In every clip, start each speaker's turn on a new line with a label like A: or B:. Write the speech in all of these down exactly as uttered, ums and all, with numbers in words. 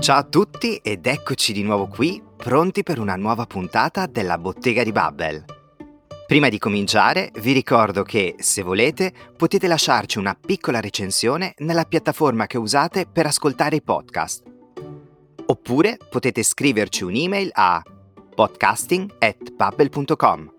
A: Ciao a tutti ed eccoci di nuovo qui, pronti per una nuova puntata della Bottega di Babbel. Prima di cominciare, vi ricordo che, se volete, potete lasciarci una piccola recensione nella piattaforma che usate per ascoltare i podcast. Oppure potete scriverci un'email a podcasting at babbel punto com.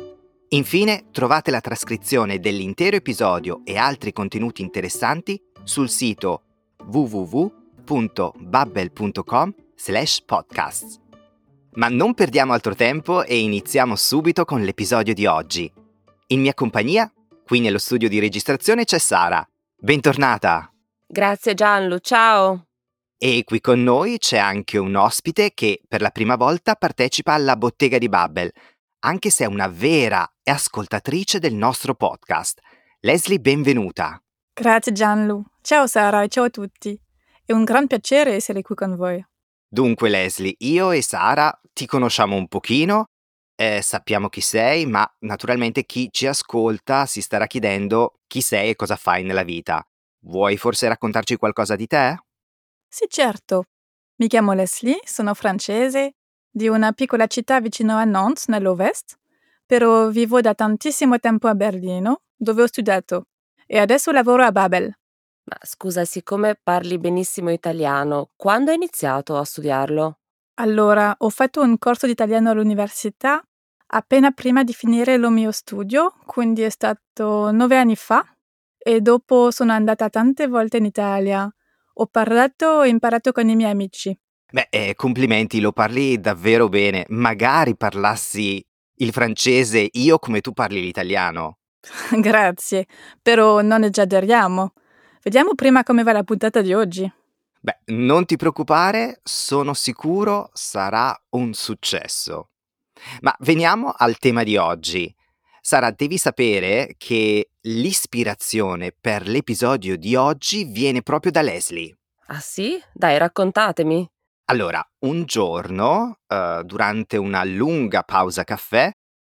A: Infine, trovate la trascrizione dell'intero episodio e altri contenuti interessanti sul sito w w w punto babbel punto com slash podcasts. Ma non perdiamo altro tempo e iniziamo subito con l'episodio di oggi. In mia compagnia, qui nello studio di registrazione, c'è Sara. Bentornata!
B: Grazie Gianlu, ciao!
A: E qui con noi c'è anche un ospite che per la prima volta partecipa alla Bottega di Babbel, anche se è una vera ascoltatrice del nostro podcast. Leslie, benvenuta!
C: Grazie Gianlu. Ciao Sara e ciao a tutti. È un gran piacere essere qui con voi.
A: Dunque Leslie, io e Sara ti conosciamo un pochino, eh, sappiamo chi sei, ma naturalmente chi ci ascolta si starà chiedendo chi sei e cosa fai nella vita. Vuoi forse raccontarci qualcosa di te?
C: Sì, certo. Mi chiamo Leslie, sono francese, di una piccola città vicino a Nantes, nell'Ovest, però vivo da tantissimo tempo a Berlino, dove ho studiato, e adesso lavoro a Babel.
B: Ma scusa, siccome parli benissimo italiano, quando hai iniziato a studiarlo?
C: Allora, ho fatto un corso di italiano all'università appena prima di finire il mio studio, quindi è stato nove anni fa, e dopo sono andata tante volte in Italia. Ho parlato e imparato con i miei amici.
A: Beh, eh, complimenti, lo parli davvero bene. Magari parlassi il francese io come tu parli l'italiano.
C: Grazie, però non esageriamo. Vediamo prima come va la puntata di oggi.
A: Beh, non ti preoccupare, sono sicuro sarà un successo. Ma veniamo al tema di oggi. Sara, devi sapere che l'ispirazione per l'episodio di oggi viene proprio da Leslie.
B: Ah sì? Dai, raccontatemi.
A: Allora, un giorno, eh, durante una lunga pausa caffè,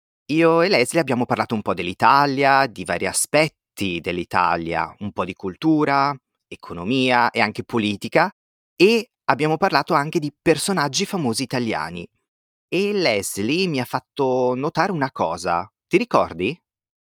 A: io e Leslie abbiamo parlato un po' dell'Italia, di vari aspetti dell'Italia, un po' di cultura, economia e anche politica, e abbiamo parlato anche di personaggi famosi italiani. E Leslie mi ha fatto notare una cosa. Ti ricordi?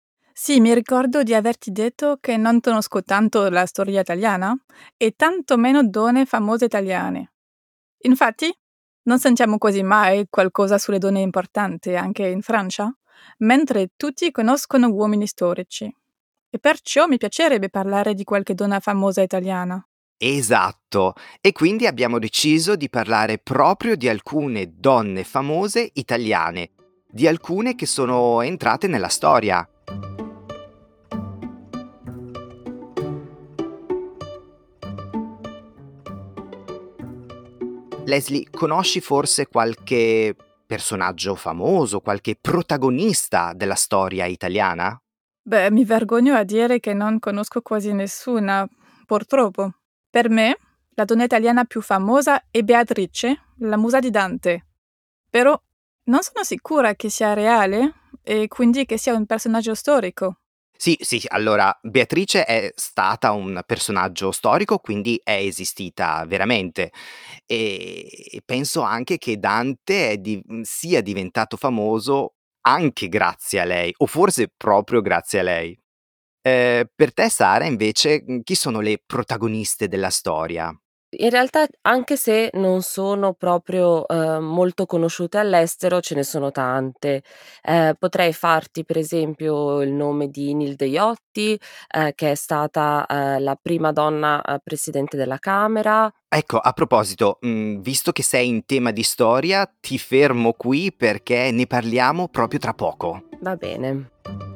C: Sì, mi ricordo di averti detto che non conosco tanto la storia italiana e tanto meno donne famose italiane. Infatti, non sentiamo quasi mai qualcosa sulle donne importanti anche in Francia, mentre tutti conoscono uomini storici. E perciò mi piacerebbe parlare di qualche donna famosa italiana.
A: Esatto. E quindi abbiamo deciso di parlare proprio di alcune donne famose italiane, di alcune che sono entrate nella storia. Leslie, conosci forse qualche personaggio famoso, qualche protagonista della storia italiana?
C: Beh, mi vergogno a dire che non conosco quasi nessuna, purtroppo. Per me, la donna italiana più famosa è Beatrice, la musa di Dante. Però non sono sicura che sia reale e quindi che sia un personaggio storico.
A: Sì, sì, allora Beatrice è stata un personaggio storico, quindi è esistita veramente. E penso anche che Dante è di- sia diventato famoso anche grazie a lei, o forse proprio grazie a lei. Eh, per te, Sara, invece, chi sono le protagoniste della storia?
B: In realtà, anche se non sono proprio, ehm, molto conosciute all'estero, ce ne sono tante. Ehm, potrei farti per esempio il nome di Nilde Iotti, ehm, che è stata, ehm, la prima donna, ehm, presidente della Camera.
A: Ecco, a proposito, mhmm, visto che sei in tema di storia, ti fermo qui perché ne parliamo proprio tra poco.
B: Va bene.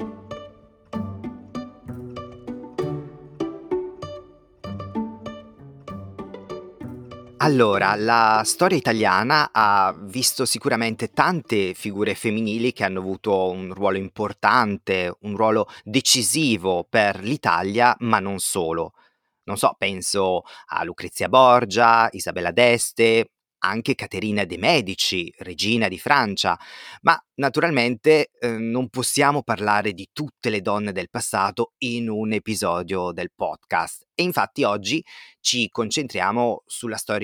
A: Allora, la storia italiana ha visto sicuramente tante figure femminili che hanno avuto un ruolo importante, un ruolo decisivo per l'Italia, ma non solo. Non so, penso a Lucrezia Borgia, Isabella d'Este, anche Caterina de' Medici, regina di Francia, ma naturalmente, ehm, non possiamo parlare di tutte le donne del passato in un episodio del podcast. E infatti oggi ci concentriamo sulla storia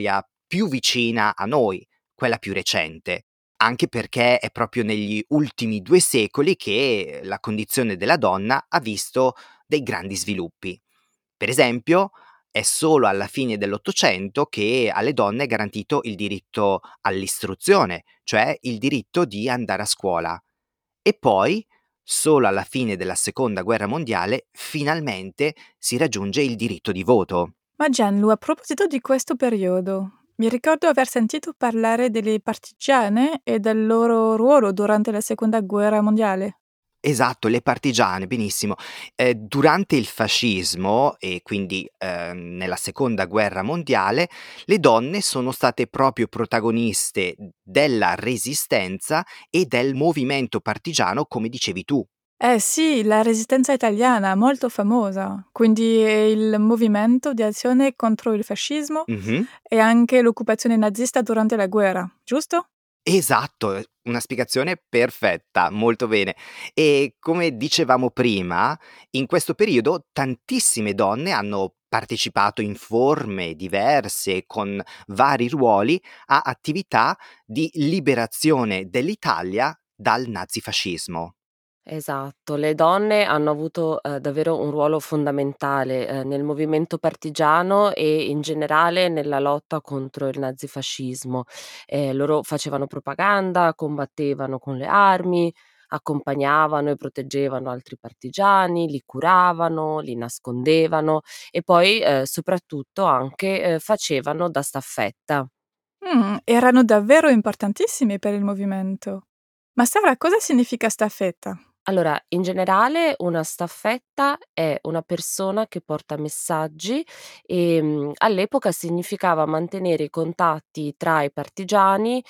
A: più vicina a noi, quella più recente, anche perché è proprio negli ultimi due secoli che la condizione della donna ha visto dei grandi sviluppi. Per esempio, è solo alla fine dell'Ottocento che alle donne è garantito il diritto all'istruzione, cioè il diritto di andare a scuola. E poi, solo alla fine della Seconda Guerra Mondiale, finalmente si raggiunge il diritto di voto.
C: Ma Gianlu, a proposito di questo periodo, mi ricordo aver sentito parlare delle partigiane e del loro ruolo durante la seconda guerra mondiale.
A: Esatto, le partigiane, benissimo. Ehm, durante il fascismo e quindi, ehm, nella seconda guerra mondiale, le donne sono state proprio protagoniste della resistenza e del movimento partigiano, come dicevi tu.
C: Eh sì, la resistenza italiana, molto famosa. Quindi è il movimento di azione contro il fascismo
A: Mh-mh.
C: e anche l'occupazione nazista durante la guerra, giusto?
A: Esatto, ehm, una spiegazione perfetta, molto bene. E come dicevamo prima, in questo periodo tantissime donne hanno partecipato in forme diverse, con vari ruoli, a attività di liberazione dell'Italia dal nazifascismo.
B: Esatto, le donne hanno avuto, ehm, davvero un ruolo fondamentale, ehm, nel movimento partigiano e in generale nella lotta contro il nazifascismo. Ehm, loro facevano propaganda, combattevano con le armi, accompagnavano e proteggevano altri partigiani, li curavano, li nascondevano e poi, ehm, soprattutto anche, ehm, facevano da staffetta.
C: Mh, erano davvero importantissimi per il movimento. Ma Sara, cosa significa staffetta?
B: Allora, in generale una staffetta è una persona che porta messaggi, ehm, all'epoca significava mantenere i contatti tra i partigiani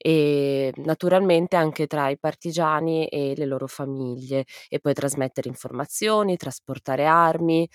B: e naturalmente anche tra i partigiani e le loro famiglie e poi trasmettere informazioni, trasportare armi.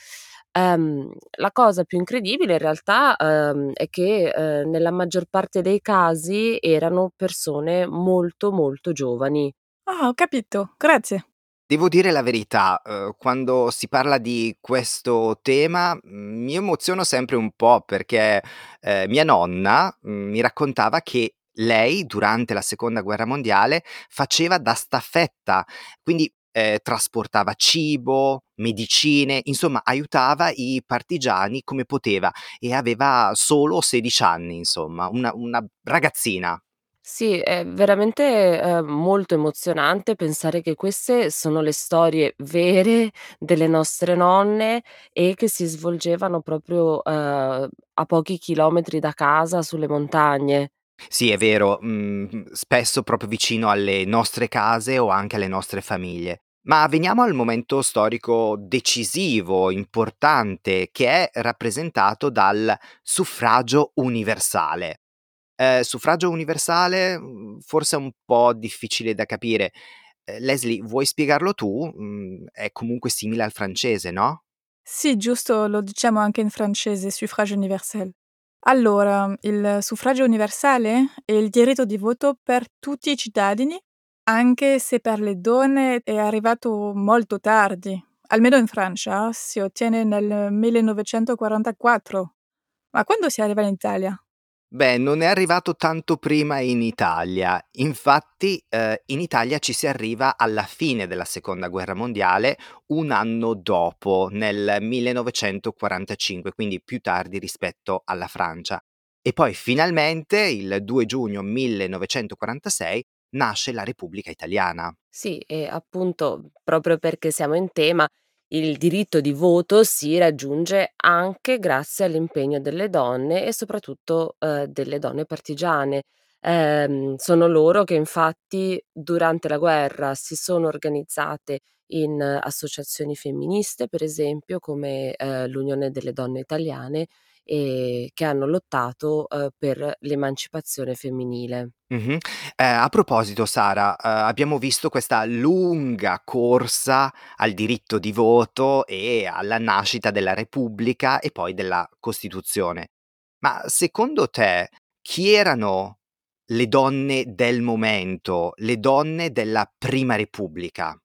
B: Ehm, la cosa più incredibile in realtà, ehm, è che, ehm, nella maggior parte dei casi erano persone molto, molto giovani.
C: Ah, ho capito, grazie.
A: Devo dire la verità, uhm, quando si parla di questo tema, mhmm, mi emoziono sempre un po' perché, ehm, mia nonna, mhmm, mi raccontava che lei durante la seconda guerra mondiale faceva da staffetta, quindi, ehm, trasportava cibo, medicine, insomma aiutava i partigiani come poteva e aveva solo sedici anni insomma, una una ragazzina.
B: Sì, è veramente, ehm, molto emozionante pensare che queste sono le storie vere delle nostre nonne e che si svolgevano proprio, ehm, a pochi chilometri da casa sulle montagne.
A: Sì, è vero, mhmm, spesso proprio vicino alle nostre case o anche alle nostre famiglie. Ma veniamo al momento storico decisivo, importante, che è rappresentato dal suffragio universale. Ehm, suffragio universale, mhmm, forse è un po' difficile da capire. Ehm, Leslie, vuoi spiegarlo tu? Mhmm, è comunque simile al francese, no?
C: Sì, giusto, lo diciamo anche in francese, suffrage universel. Allora, il suffragio universale è il diritto di voto per tutti i cittadini, anche se per le donne è arrivato molto tardi. Almeno in Francia si ottiene nel millenovecentoquarantaquattro. Ma quando si arriva in Italia?
A: Beh, non è arrivato tanto prima in Italia. Infatti, ehm, in Italia ci si arriva alla fine della seconda guerra mondiale, un anno dopo, nel millenovecentoquarantacinque, quindi più tardi rispetto alla Francia. E poi finalmente, il due giugno millenovecentoquarantasei, nasce la Repubblica Italiana.
B: Sì, e appunto proprio perché siamo in tema, il diritto di voto si raggiunge anche grazie all'impegno delle donne e soprattutto, uhm, delle donne partigiane. Ehm, sono loro che infatti durante la guerra si sono organizzate in eh, associazioni femministe, per esempio come, ehm, l'Unione delle Donne Italiane, ehm, che hanno lottato, uhm, per l'emancipazione femminile.
A: Mh-mh. Ehm, a proposito Sara, uhm, abbiamo visto questa lunga corsa al diritto di voto e alla nascita della Repubblica e poi della Costituzione. Ma secondo te chi erano le donne del momento, le donne della prima Repubblica?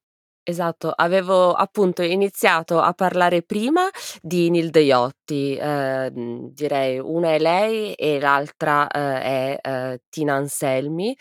B: Esatto, avevo appunto iniziato a parlare prima di Nilde Iotti, ehm, direi una è lei e l'altra, ehm, è, ehm, Tina Anselmi.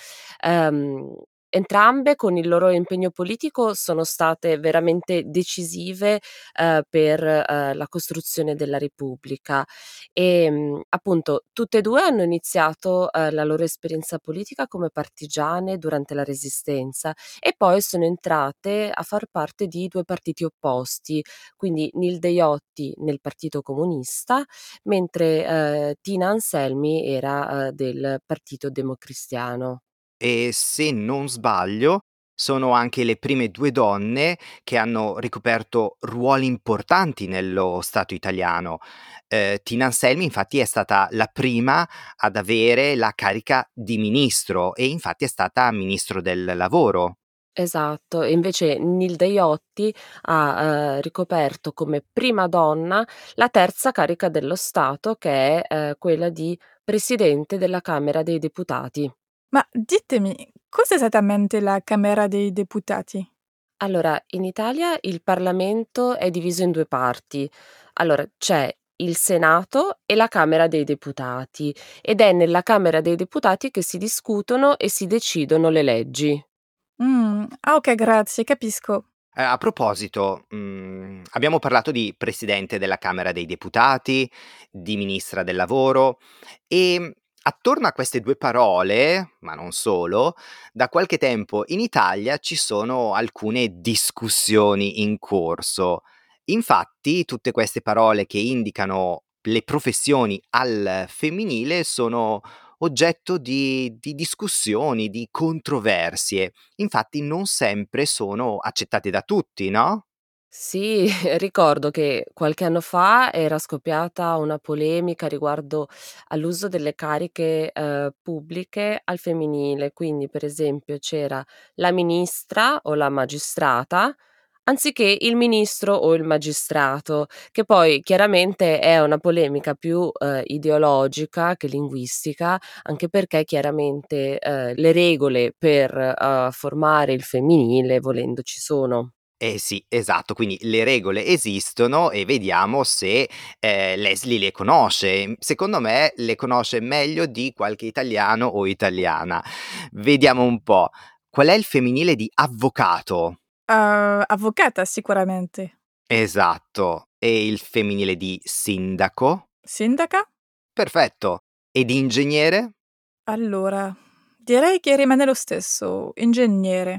B: Ehm, Entrambe con il loro impegno politico sono state veramente decisive, ehm, per, ehm, la costruzione della Repubblica. Ehm, appunto tutte e due hanno iniziato, ehm, la loro esperienza politica come partigiane durante la Resistenza e poi sono entrate a far parte di due partiti opposti, quindi Nilde Iotti nel Partito Comunista, mentre, ehm, Tina Anselmi era, ehm, del Partito Democristiano.
A: E se non sbaglio, sono anche le prime due donne che hanno ricoperto ruoli importanti nello Stato italiano. Ehm, Tina Anselmi infatti è stata la prima ad avere la carica di ministro e infatti è stata ministro del lavoro.
B: Esatto, e invece Nilde Iotti ha, ehm, ricoperto come prima donna la terza carica dello Stato che è, ehm, quella di presidente della Camera dei Deputati.
C: Ma ditemi, cos'è esattamente la Camera dei Deputati?
B: Allora, in Italia il Parlamento è diviso in due parti. Allora, c'è il Senato e la Camera dei Deputati ed è nella Camera dei Deputati che si discutono e si decidono le leggi.
C: Mh, ah okay, grazie, capisco.
A: Ehm, a proposito, mhmm, abbiamo parlato di presidente della Camera dei Deputati, di ministra del lavoro, ehm, attorno a queste due parole, ma non solo, da qualche tempo in Italia ci sono alcune discussioni in corso. Infatti tutte queste parole che indicano le professioni al femminile sono oggetto di di discussioni, di controversie. Infatti non sempre sono accettate da tutti, no?
B: Sì, ricordo che qualche anno fa era scoppiata una polemica riguardo all'uso delle cariche, ehm, pubbliche al femminile. Quindi, per esempio, c'era la ministra o la magistrata, anziché il ministro o il magistrato, che poi chiaramente è una polemica più, ehm, ideologica che linguistica, anche perché chiaramente, ehm, le regole per, uhm, formare il femminile volendo ci sono.
A: Eh sì, esatto, quindi le regole esistono e vediamo se, ehm, Leslie le conosce. Mhmm, secondo me le conosce meglio di qualche italiano o italiana. Vediamo un po'. Qual è il femminile di avvocato?
C: Uhm, avvocata sicuramente.
A: Esatto. E il femminile di sindaco?
C: Sindaca?
A: Perfetto. E di ingegnere?
C: Allora, direi che rimane lo stesso, ingegnere.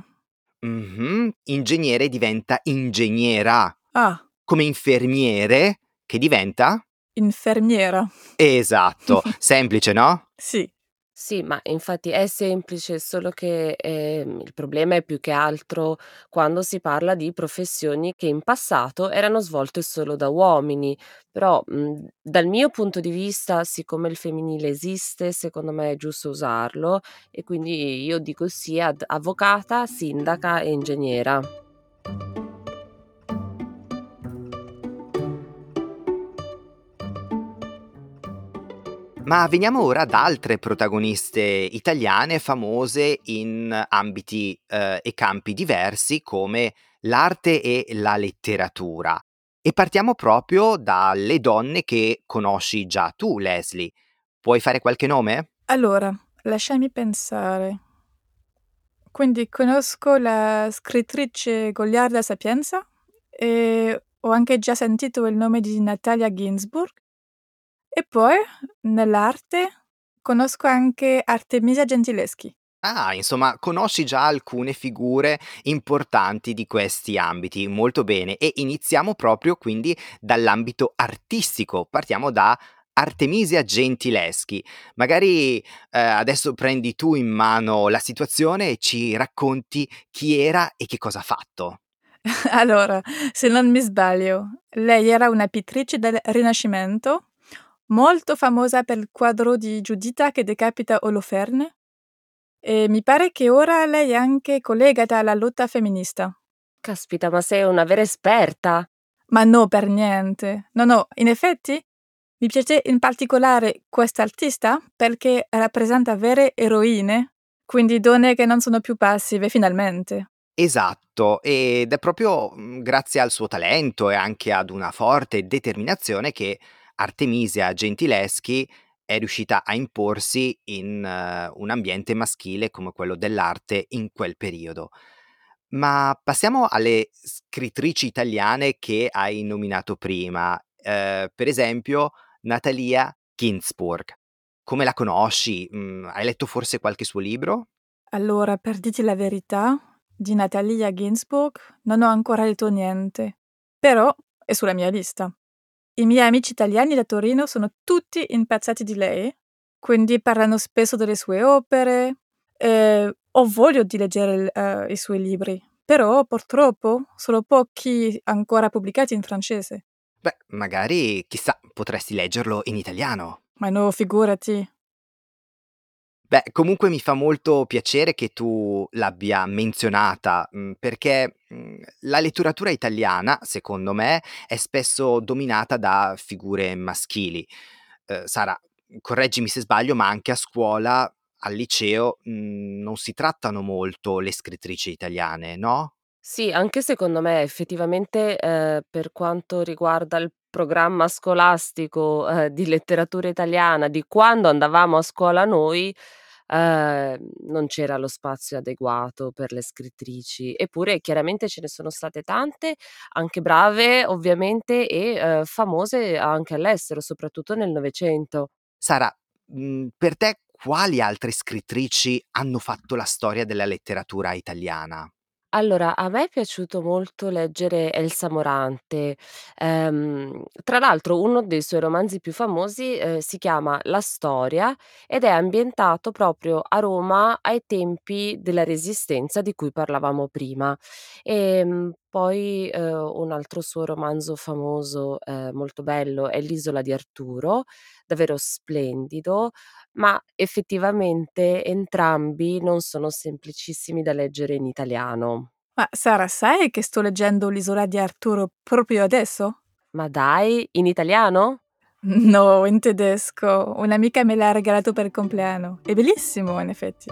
A: Mh-mh. Ingegnere diventa ingegnera,
C: Ah,
A: come infermiere che diventa?
C: infermiera.
A: Esatto, semplice, no?
C: Sì.
B: Sì, ma infatti è semplice, solo che, ehm, il problema è più che altro quando si parla di professioni che in passato erano svolte solo da uomini. Però, mhmm, dal mio punto di vista, siccome il femminile esiste, secondo me è giusto usarlo e quindi io dico sì ad avvocata, sindaca e ingegnera.
A: Ma veniamo ora ad altre protagoniste italiane famose in ambiti, ehm, e campi diversi come l'arte e la letteratura. E partiamo proprio dalle donne che conosci già tu, Leslie. Puoi fare qualche nome?
C: Allora, lasciami pensare. Quindi conosco la scrittrice Goliarda Sapienza e ho anche già sentito il nome di Natalia Ginzburg e poi nell'arte conosco anche Artemisia Gentileschi.
A: Ah, insomma, conosci già alcune figure importanti di questi ambiti, molto bene. E iniziamo proprio quindi dall'ambito artistico. Partiamo da Artemisia Gentileschi. Magari, ehm, adesso prendi tu in mano la situazione e ci racconti chi era e che cosa ha fatto.
C: Allora, se non mi sbaglio, lei era una pittrice del Rinascimento, molto famosa per il quadro di Giuditta che decapita Oloferne e mi pare che ora lei è anche collegata alla lotta femminista.
B: Caspita, ma sei una vera esperta!
C: Ma no, per niente. No, no, in effetti mi piace in particolare quest'artista perché rappresenta vere eroine, quindi donne che non sono più passive finalmente.
A: Esatto, ed è proprio, mhmm, grazie al suo talento e anche ad una forte determinazione che Artemisia Gentileschi è riuscita a imporsi in eh, un ambiente maschile come quello dell'arte in quel periodo. Ma passiamo alle scrittrici italiane che hai nominato prima, ehm, per esempio Natalia Ginzburg. Come la conosci? Mhmm, hai letto forse qualche suo libro?
C: Allora, per dirti la verità, di Natalia Ginzburg non ho ancora letto niente, però è sulla mia lista. I miei amici italiani da Torino sono tutti impazzati di lei, quindi parlano spesso delle sue opere, ehm, ho voglia di leggere il ehm, i suoi libri, però purtroppo solo pochi ancora pubblicati in francese.
A: Beh, magari, chissà, potresti leggerlo in italiano.
C: Ma no, figurati.
A: Beh, comunque mi fa molto piacere che tu l'abbia menzionata, mhmm, perché, mhmm, la letteratura italiana, secondo me, è spesso dominata da figure maschili. Uhm, Sara, correggimi se sbaglio, ma anche a scuola, al liceo, mhmm, non si trattano molto le scrittrici italiane, no?
B: Sì, anche secondo me effettivamente, ehm, per quanto riguarda il programma scolastico, ehm, di letteratura italiana di quando andavamo a scuola noi, ehm, non c'era lo spazio adeguato per le scrittrici. Eppure chiaramente ce ne sono state tante, anche brave ovviamente e, ehm, famose anche all'estero, soprattutto nel Novecento.
A: Sara, mhmm, per te quali altre scrittrici hanno fatto la storia della letteratura italiana?
B: Allora, a me è piaciuto molto leggere Elsa Morante. Ehm, tra l'altro uno dei suoi romanzi più famosi, ehm, si chiama La storia ed è ambientato proprio a Roma ai tempi della Resistenza di cui parlavamo prima. Ehm, poi, ehm, un altro suo romanzo famoso, ehm, molto bello è L'isola di Arturo, davvero splendido, ma effettivamente entrambi non sono semplicissimi da leggere in italiano.
C: Ma Sara, sai che sto leggendo L'isola di Arturo proprio adesso?
B: Ma dai, in italiano?
C: No, in tedesco. Un'amica me l'ha regalato per il compleanno. È bellissimo in effetti.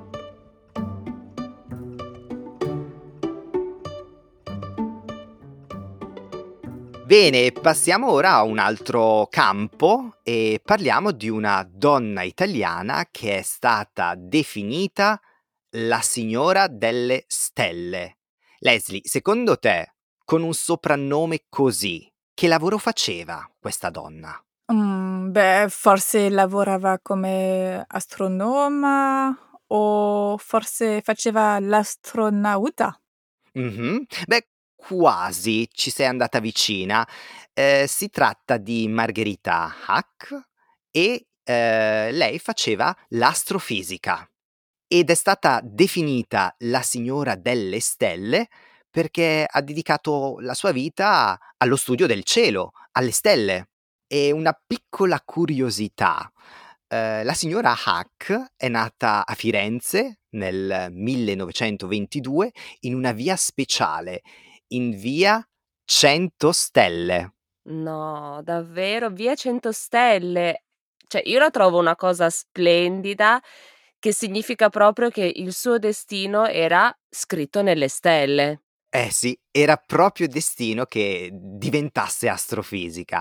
A: Bene, passiamo ora a un altro campo e parliamo di una donna italiana che è stata definita la signora delle stelle. Leslie, secondo te, con un soprannome così, che lavoro faceva questa donna?
C: Mhmm, beh, forse lavorava come astronoma o forse faceva l'astronauta?
A: Mh-mh. Beh, quasi, ci sei andata vicina. Ehm, si tratta di Margherita Hack e, ehm, lei faceva l'astrofisica. Ed è stata definita la signora delle stelle perché ha dedicato la sua vita allo studio del cielo, alle stelle. E una piccola curiosità: ehm, la signora Hack è nata a Firenze nel millenovecentoventidue in una via speciale, in via Cento Stelle.
B: No, davvero? Via Cento Stelle. Cioè, io la trovo una cosa splendida, che significa proprio che il suo destino era scritto nelle stelle.
A: Eh sì, era proprio destino che diventasse astrofisica.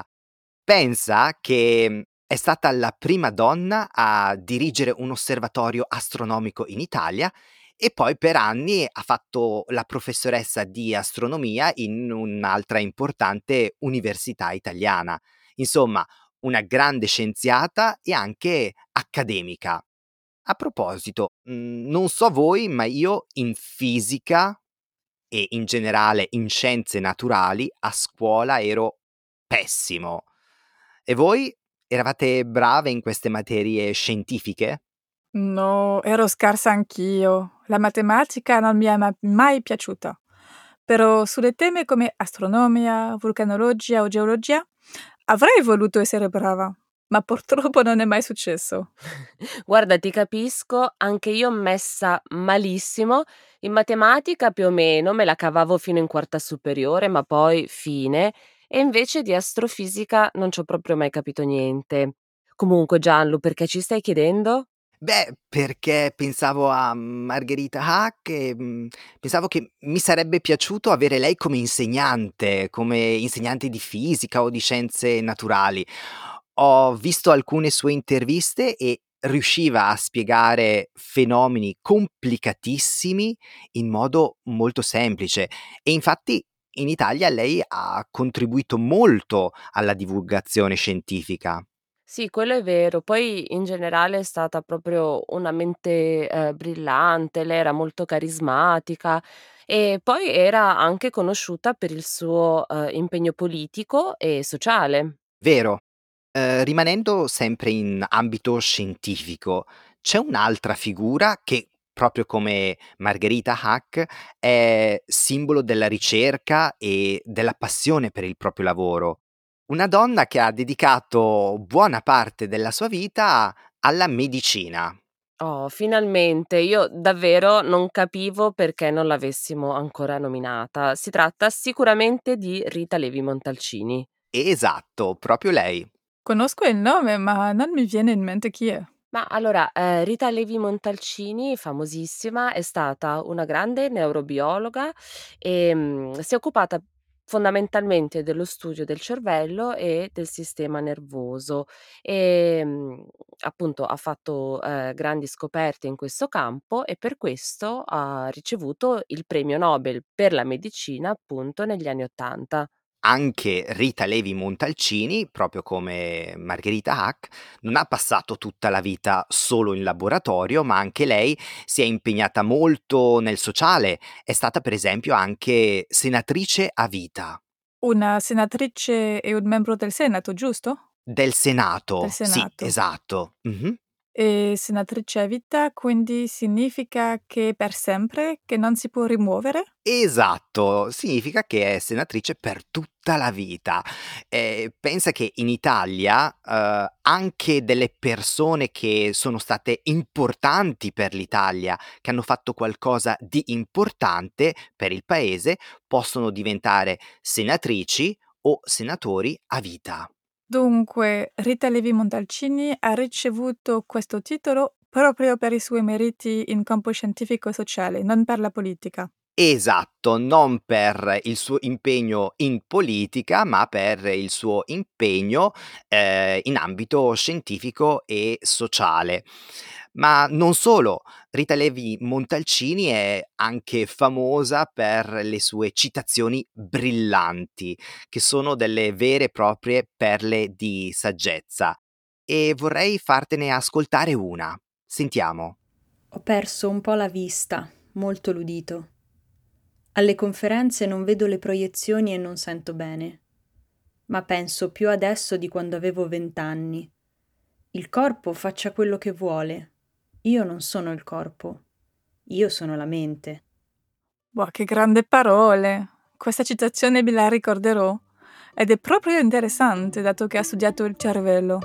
A: Pensa che, mhmm, è stata la prima donna a dirigere un osservatorio astronomico in Italia e poi per anni ha fatto la professoressa di astronomia in un'altra importante università italiana. Insomma, una grande scienziata e anche accademica. A proposito, mhmm, non so voi, ma io in fisica e in generale in scienze naturali a scuola ero pessimo. E voi eravate brave in queste materie scientifiche?
C: No, ero scarsa anch'io. La matematica non mi è ma mai piaciuta. Però sulle teme come astronomia, vulcanologia o geologia avrei voluto essere brava, ma purtroppo non è mai successo.
B: Guarda, ti capisco, anche io messa malissimo. In matematica più o meno me la cavavo fino in quarta superiore, ma poi fine. E invece di astrofisica non c'ho proprio mai capito niente. Comunque Gianlu, perché ci stai chiedendo?
A: Beh, perché pensavo a Margherita Hack e, mhmm, pensavo che mi sarebbe piaciuto avere lei come insegnante, come insegnante di fisica o di scienze naturali. Ho visto alcune sue interviste e riusciva a spiegare fenomeni complicatissimi in modo molto semplice e infatti in Italia lei ha contribuito molto alla divulgazione scientifica.
B: Sì, quello è vero. Poi in generale è stata proprio una mente, ehm, brillante, lei era molto carismatica e poi era anche conosciuta per il suo, ehm, impegno politico e sociale.
A: Vero. Ehm, rimanendo sempre in ambito scientifico, c'è un'altra figura che, proprio come Margherita Hack, è simbolo della ricerca e della passione per il proprio lavoro. Una donna che ha dedicato buona parte della sua vita alla medicina.
B: Oh, finalmente! Io davvero non capivo perché non l'avessimo ancora nominata. Si tratta sicuramente di Rita Levi Montalcini.
A: Esatto, proprio lei.
C: Conosco il nome, ma non mi viene in mente chi è.
B: Ma allora, ehm, Rita Levi Montalcini, famosissima, è stata una grande neurobiologa, ehm, si è occupata fondamentalmente dello studio del cervello e del sistema nervoso. Ehm, appunto ha fatto, ehm, grandi scoperte in questo campo e per questo ha ricevuto il premio Nobel per la medicina, appunto, negli anni 'ottanta.
A: Anche Rita Levi Montalcini, proprio come Margherita Hack, non ha passato tutta la vita solo in laboratorio, ma anche lei si è impegnata molto nel sociale. È stata per esempio anche senatrice a vita.
C: Una senatrice e un membro del Senato, giusto?
A: Del
C: Del
A: Senato, sì,
C: Senato.
A: esatto. Mh-mh.
C: E senatrice a vita, quindi significa che per sempre, che non si può rimuovere?
A: Esatto, significa che è senatrice per tutta la vita. Ehm, pensa che in Italia, uhm, anche delle persone che sono state importanti per l'Italia, che hanno fatto qualcosa di importante per il paese, possono diventare senatrici o senatori a vita.
C: Dunque, Rita Levi Montalcini ha ricevuto questo titolo proprio per i suoi meriti in campo scientifico e sociale, non per la politica.
A: Esatto, non per il suo impegno in politica, ma per il suo impegno, ehm, in ambito scientifico e sociale. Ma non solo, Rita Levi Montalcini è anche famosa per le sue citazioni brillanti, che sono delle vere e proprie perle di saggezza. E vorrei fartene ascoltare una. Sentiamo.
D: Ho perso un po' la vista, molto l'udito. Alle conferenze non vedo le proiezioni e non sento bene, ma penso più adesso di quando avevo vent'anni. Il corpo faccia quello che vuole. Io non sono il corpo, io sono la mente.
C: Boh, che grandi parole! Questa citazione me la ricorderò ed è proprio interessante, dato che ha studiato il cervello.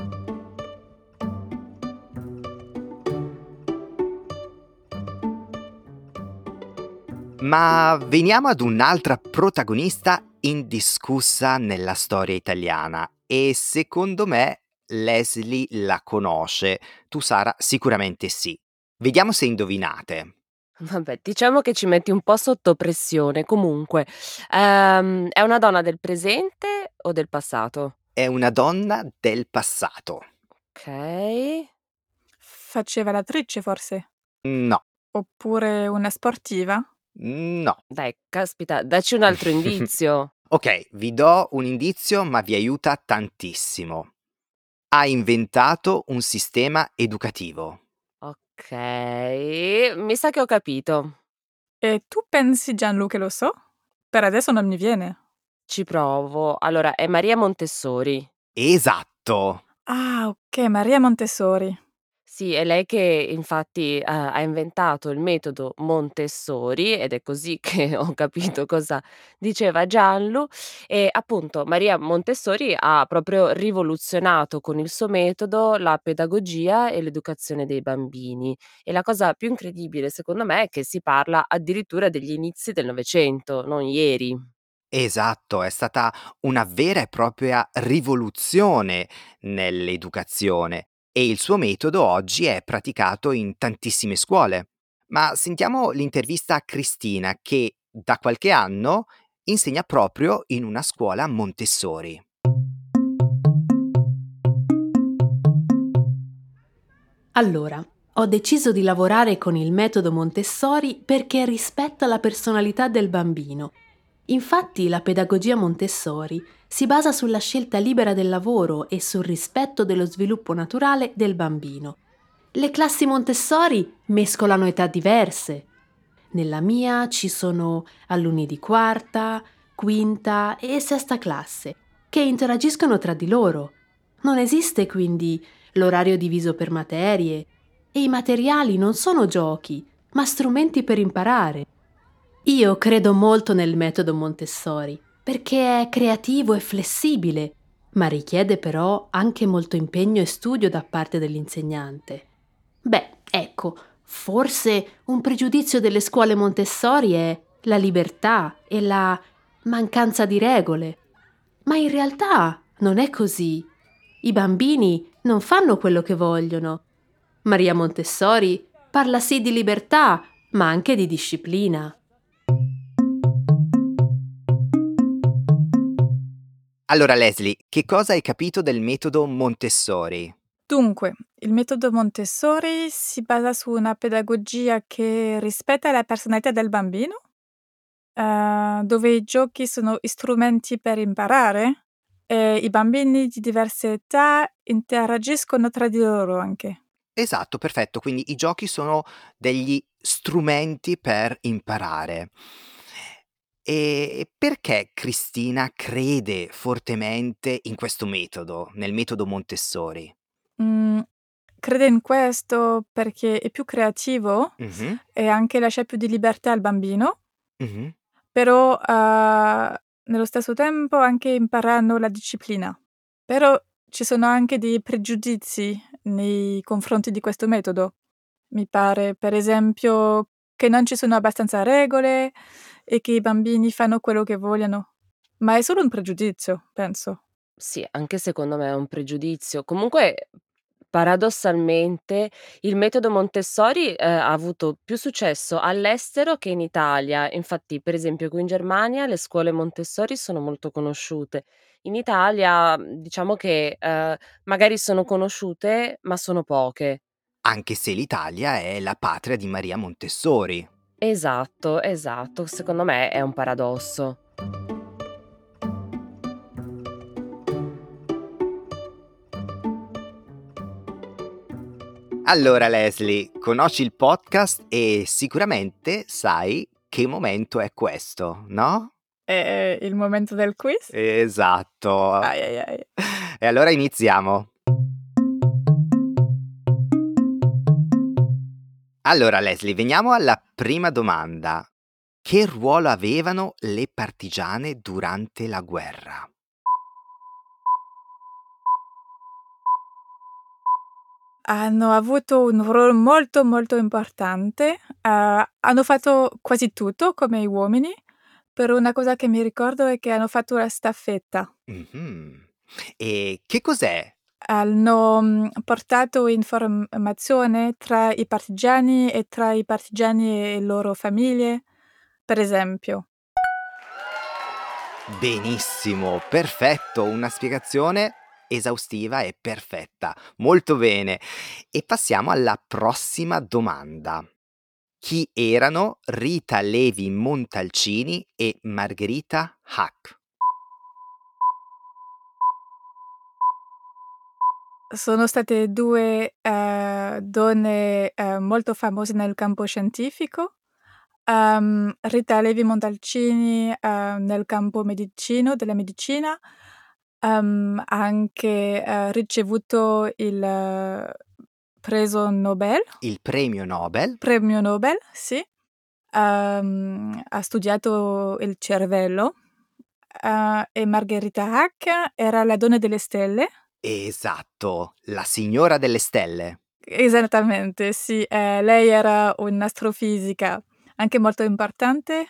A: Ma veniamo ad un'altra protagonista indiscussa nella storia italiana e secondo me Leslie la conosce. Tu Sara sicuramente sì. Vediamo se indovinate.
B: Vabbè, diciamo che ci metti un po' sotto pressione. Comunque, ehm, è una donna del presente o del passato?
A: È una donna del passato.
B: Okay.
C: Faceva l'attrice forse?
A: No,
C: Oppure una sportiva?
A: no.
B: Dai, caspita, dacci un altro indizio.
A: Ok, vi do un indizio ma vi aiuta tantissimo. Ha inventato un sistema educativo.
B: Okay, mi sa che ho capito.
C: E tu pensi, Gianlu, che lo so? Per adesso non mi viene.
B: Ci provo. Allora, è Maria Montessori.
A: Esatto!
C: Ah, okay, Maria Montessori.
B: Sì, è lei che infatti, uhm, ha inventato il metodo Montessori ed è così che ho capito cosa diceva Gianlu. E appunto Maria Montessori ha proprio rivoluzionato con il suo metodo la pedagogia e l'educazione dei bambini. E la cosa più incredibile secondo me è che si parla addirittura degli inizi del Novecento, non ieri.
A: Esatto, è stata una vera e propria rivoluzione nell'educazione. e il suo metodo oggi è praticato in tantissime scuole. Ma sentiamo l'intervista a Cristina che da qualche anno insegna proprio in una scuola Montessori.
E: Allora, ho deciso di lavorare con il metodo Montessori perché rispetta la personalità del bambino. Infatti, la pedagogia Montessori si basa sulla scelta libera del lavoro e sul rispetto dello sviluppo naturale del bambino. Le classi Montessori mescolano età diverse. Nella mia ci sono alunni di quarta, quinta e sesta classe che interagiscono tra di loro. Non esiste quindi l'orario diviso per materie e i materiali non sono giochi, ma strumenti per imparare. Io credo molto nel metodo Montessori perché è creativo e flessibile, ma richiede però anche molto impegno e studio da parte dell'insegnante. Beh, ecco, forse un pregiudizio delle scuole Montessori è la libertà e la mancanza di regole. Ma in realtà non è così. I bambini non fanno quello che vogliono. Maria Montessori parla sì di libertà, ma anche di disciplina.
A: Allora Leslie, che cosa hai capito del metodo Montessori?
C: Dunque, il metodo Montessori si basa su una pedagogia che rispetta la personalità del bambino, ehm, dove i giochi sono strumenti per imparare e i bambini di diverse età interagiscono tra di loro anche.
A: Esatto, perfetto, quindi i giochi sono degli strumenti per imparare. E perché Cristina crede fortemente in questo metodo, nel metodo Montessori?
C: Mhmm, Crede in questo perché è più creativo
A: Mh-mh,
C: e anche lascia più di libertà al bambino,
A: mh-mh.
C: però, uhm, nello stesso tempo anche imparano la disciplina. Però ci sono anche dei pregiudizi nei confronti di questo metodo. Mi pare, per esempio, che non ci sono abbastanza regole e che i bambini fanno quello che vogliono. Ma è solo un pregiudizio, penso.
B: Sì, anche secondo me è un pregiudizio. Comunque, paradossalmente, il metodo Montessori, ehm, ha avuto più successo all'estero che in Italia. Infatti, per esempio, qui in Germania le scuole Montessori sono molto conosciute. In Italia, mhmm, diciamo che, ehm, magari sono conosciute, ma sono poche.
A: Anche se l'Italia è la patria di Maria Montessori.
B: Esatto, esatto. Secondo me è un paradosso.
A: Allora Leslie, conosci il podcast e sicuramente sai che momento è questo, no?
C: È il momento del quiz?
A: Esatto.
C: Ai, ai, ai.
A: E allora iniziamo. Allora Leslie, veniamo alla prima domanda. Che ruolo avevano le partigiane durante la guerra?
C: Hanno avuto un ruolo molto, molto importante. Uhm, hanno fatto quasi tutto come gli uomini, però una cosa che mi ricordo è che hanno fatto la staffetta.
A: Mh-mh. E che cos'è?
C: Hanno, mhmm, portato informazione tra i partigiani e tra i partigiani e le loro famiglie, per esempio.
A: Benissimo, perfetto, una spiegazione esaustiva e perfetta. Molto bene. E passiamo alla prossima domanda. Chi erano Rita Levi Montalcini e Margherita Hack?
C: Sono state due, ehm, donne, ehm, molto famose nel campo scientifico. Uhm, Rita Levi Montalcini, uhm, nel campo medicino della medicina, uhm, ha anche, ehm, ricevuto il eh, preso Nobel
A: Il premio Nobel?
C: premio Nobel, sì. Uhm, ha studiato il cervello, uhm, e Margherita Hack era la donna delle stelle.
A: Esatto, la signora delle stelle.
C: Esattamente, sì, ehm, lei era un'astrofisica anche molto importante.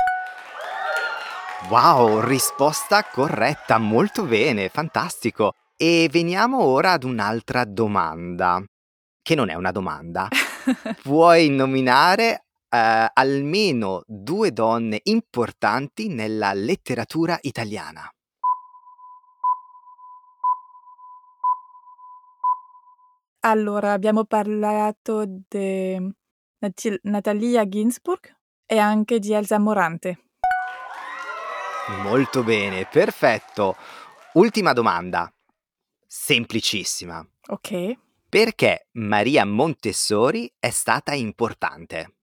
A: Wow, risposta corretta, molto bene, fantastico. E veniamo ora ad un'altra domanda. che non è una domanda, puoi nominare eh, almeno due donne importanti nella letteratura italiana.
C: Allora, abbiamo parlato di Nati- Natalia Ginzburg e anche di Elsa Morante.
A: Molto bene, perfetto. Ultima domanda, semplicissima.
C: Ok.
A: Perché Maria Montessori è stata importante?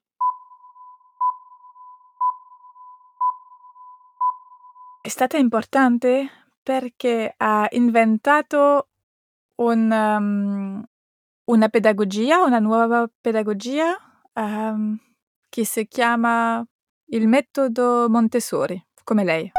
C: È stata importante perché ha inventato un, um, una pedagogia, una nuova pedagogia um, che si chiama il metodo Montessori, come lei.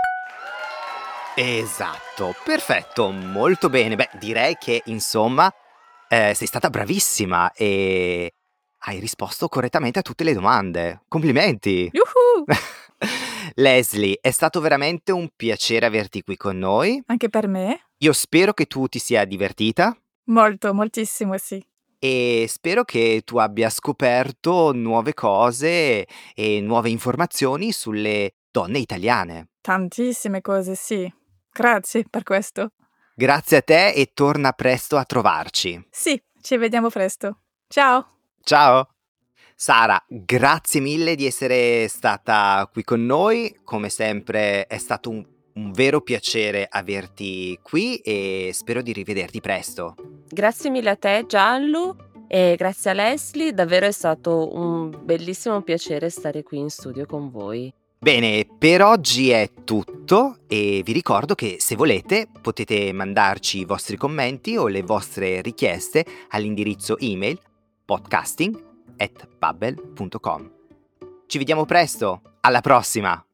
A: Esatto, perfetto, molto bene. Beh, direi che insomma eh, sei stata bravissima e hai risposto correttamente a tutte le domande. Complimenti!
C: Yuhu!
A: Leslie, è stato veramente un piacere averti qui con noi.
C: Anche per me?
A: Io spero che tu ti sia divertita
C: Molto, moltissimo, sì.
A: e spero che tu abbia scoperto nuove cose e nuove informazioni sulle donne italiane.
C: Tantissime cose, sì. Grazie per questo.
A: Grazie a te e torna presto a trovarci.
C: Sì, ci vediamo presto. Ciao!
A: Ciao! Sara, grazie mille di essere stata qui con noi. Come sempre è stato un, un vero piacere averti qui e spero di rivederti presto.
B: Grazie mille a te Gianlu e grazie a Leslie, davvero è stato un bellissimo piacere stare qui in studio con voi.
A: Bene, per oggi è tutto e vi ricordo che se volete potete mandarci i vostri commenti o le vostre richieste all'indirizzo email podcasting at babbel punto com. Ci vediamo presto, alla prossima!